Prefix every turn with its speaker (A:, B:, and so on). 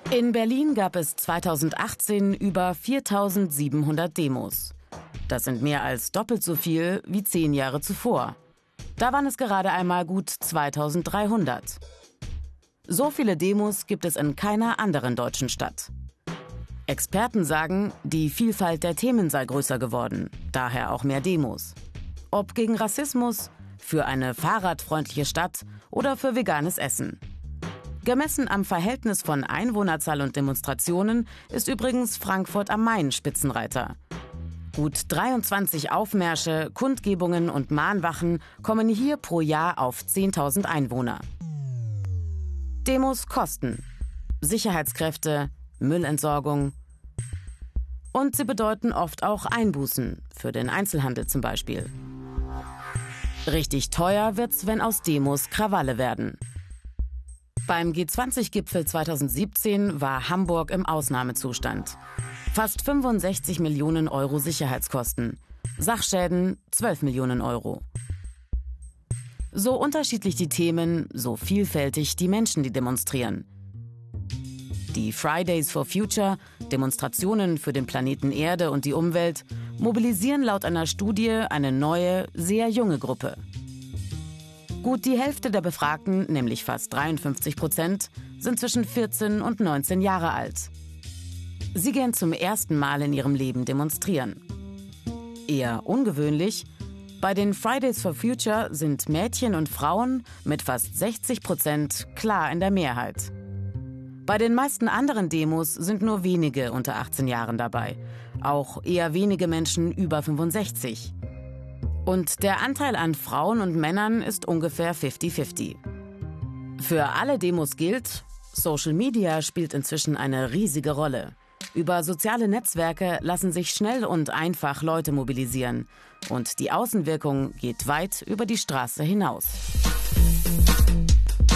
A: In Berlin gab es 2018 über 4.700 Demos. Das sind mehr als doppelt so viel wie 10 Jahre zuvor. Da waren es gerade einmal gut 2.300. So viele Demos gibt es in keiner anderen deutschen Stadt. Experten sagen, die Vielfalt der Themen sei größer geworden, daher auch mehr Demos. Ob gegen Rassismus, für eine fahrradfreundliche Stadt oder für veganes Essen. Gemessen am Verhältnis von Einwohnerzahl und Demonstrationen ist übrigens Frankfurt am Main Spitzenreiter. Gut 23 Aufmärsche, Kundgebungen und Mahnwachen kommen hier pro Jahr auf 10.000 Einwohner. Demos kosten Sicherheitskräfte, Müllentsorgung. Und sie bedeuten oft auch Einbußen, für den Einzelhandel zum Beispiel. Richtig teuer wird's, wenn aus Demos Krawalle werden. Beim G20-Gipfel 2017 war Hamburg im Ausnahmezustand. Fast 65 Millionen Euro Sicherheitskosten. Sachschäden 12 Millionen Euro. So unterschiedlich die Themen, so vielfältig die Menschen, die demonstrieren. Die Fridays for Future, Demonstrationen für den Planeten Erde und die Umwelt, mobilisieren laut einer Studie eine neue, sehr junge Gruppe. Gut die Hälfte der Befragten, nämlich fast 53%, sind zwischen 14 und 19 Jahre alt. Sie gehen zum ersten Mal in ihrem Leben demonstrieren. Eher ungewöhnlich, bei den Fridays for Future sind Mädchen und Frauen mit fast 60% klar in der Mehrheit. Bei den meisten anderen Demos sind nur wenige unter 18 Jahren dabei, auch eher wenige Menschen über 65. Und der Anteil an Frauen und Männern ist ungefähr 50-50. Für alle Demos gilt, Social Media spielt inzwischen eine riesige Rolle. Über soziale Netzwerke lassen sich schnell und einfach Leute mobilisieren. Und die Außenwirkung geht weit über die Straße hinaus.